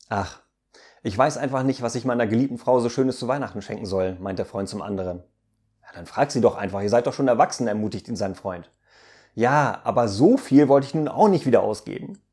Ach, ich weiß einfach nicht, was ich meiner geliebten Frau so Schönes zu Weihnachten schenken soll, meint der Freund zum anderen. Ja, dann frag sie doch einfach, ihr seid doch schon erwachsen, ermutigt ihn sein Freund. Ja, aber so viel wollte ich nun auch nicht wieder ausgeben.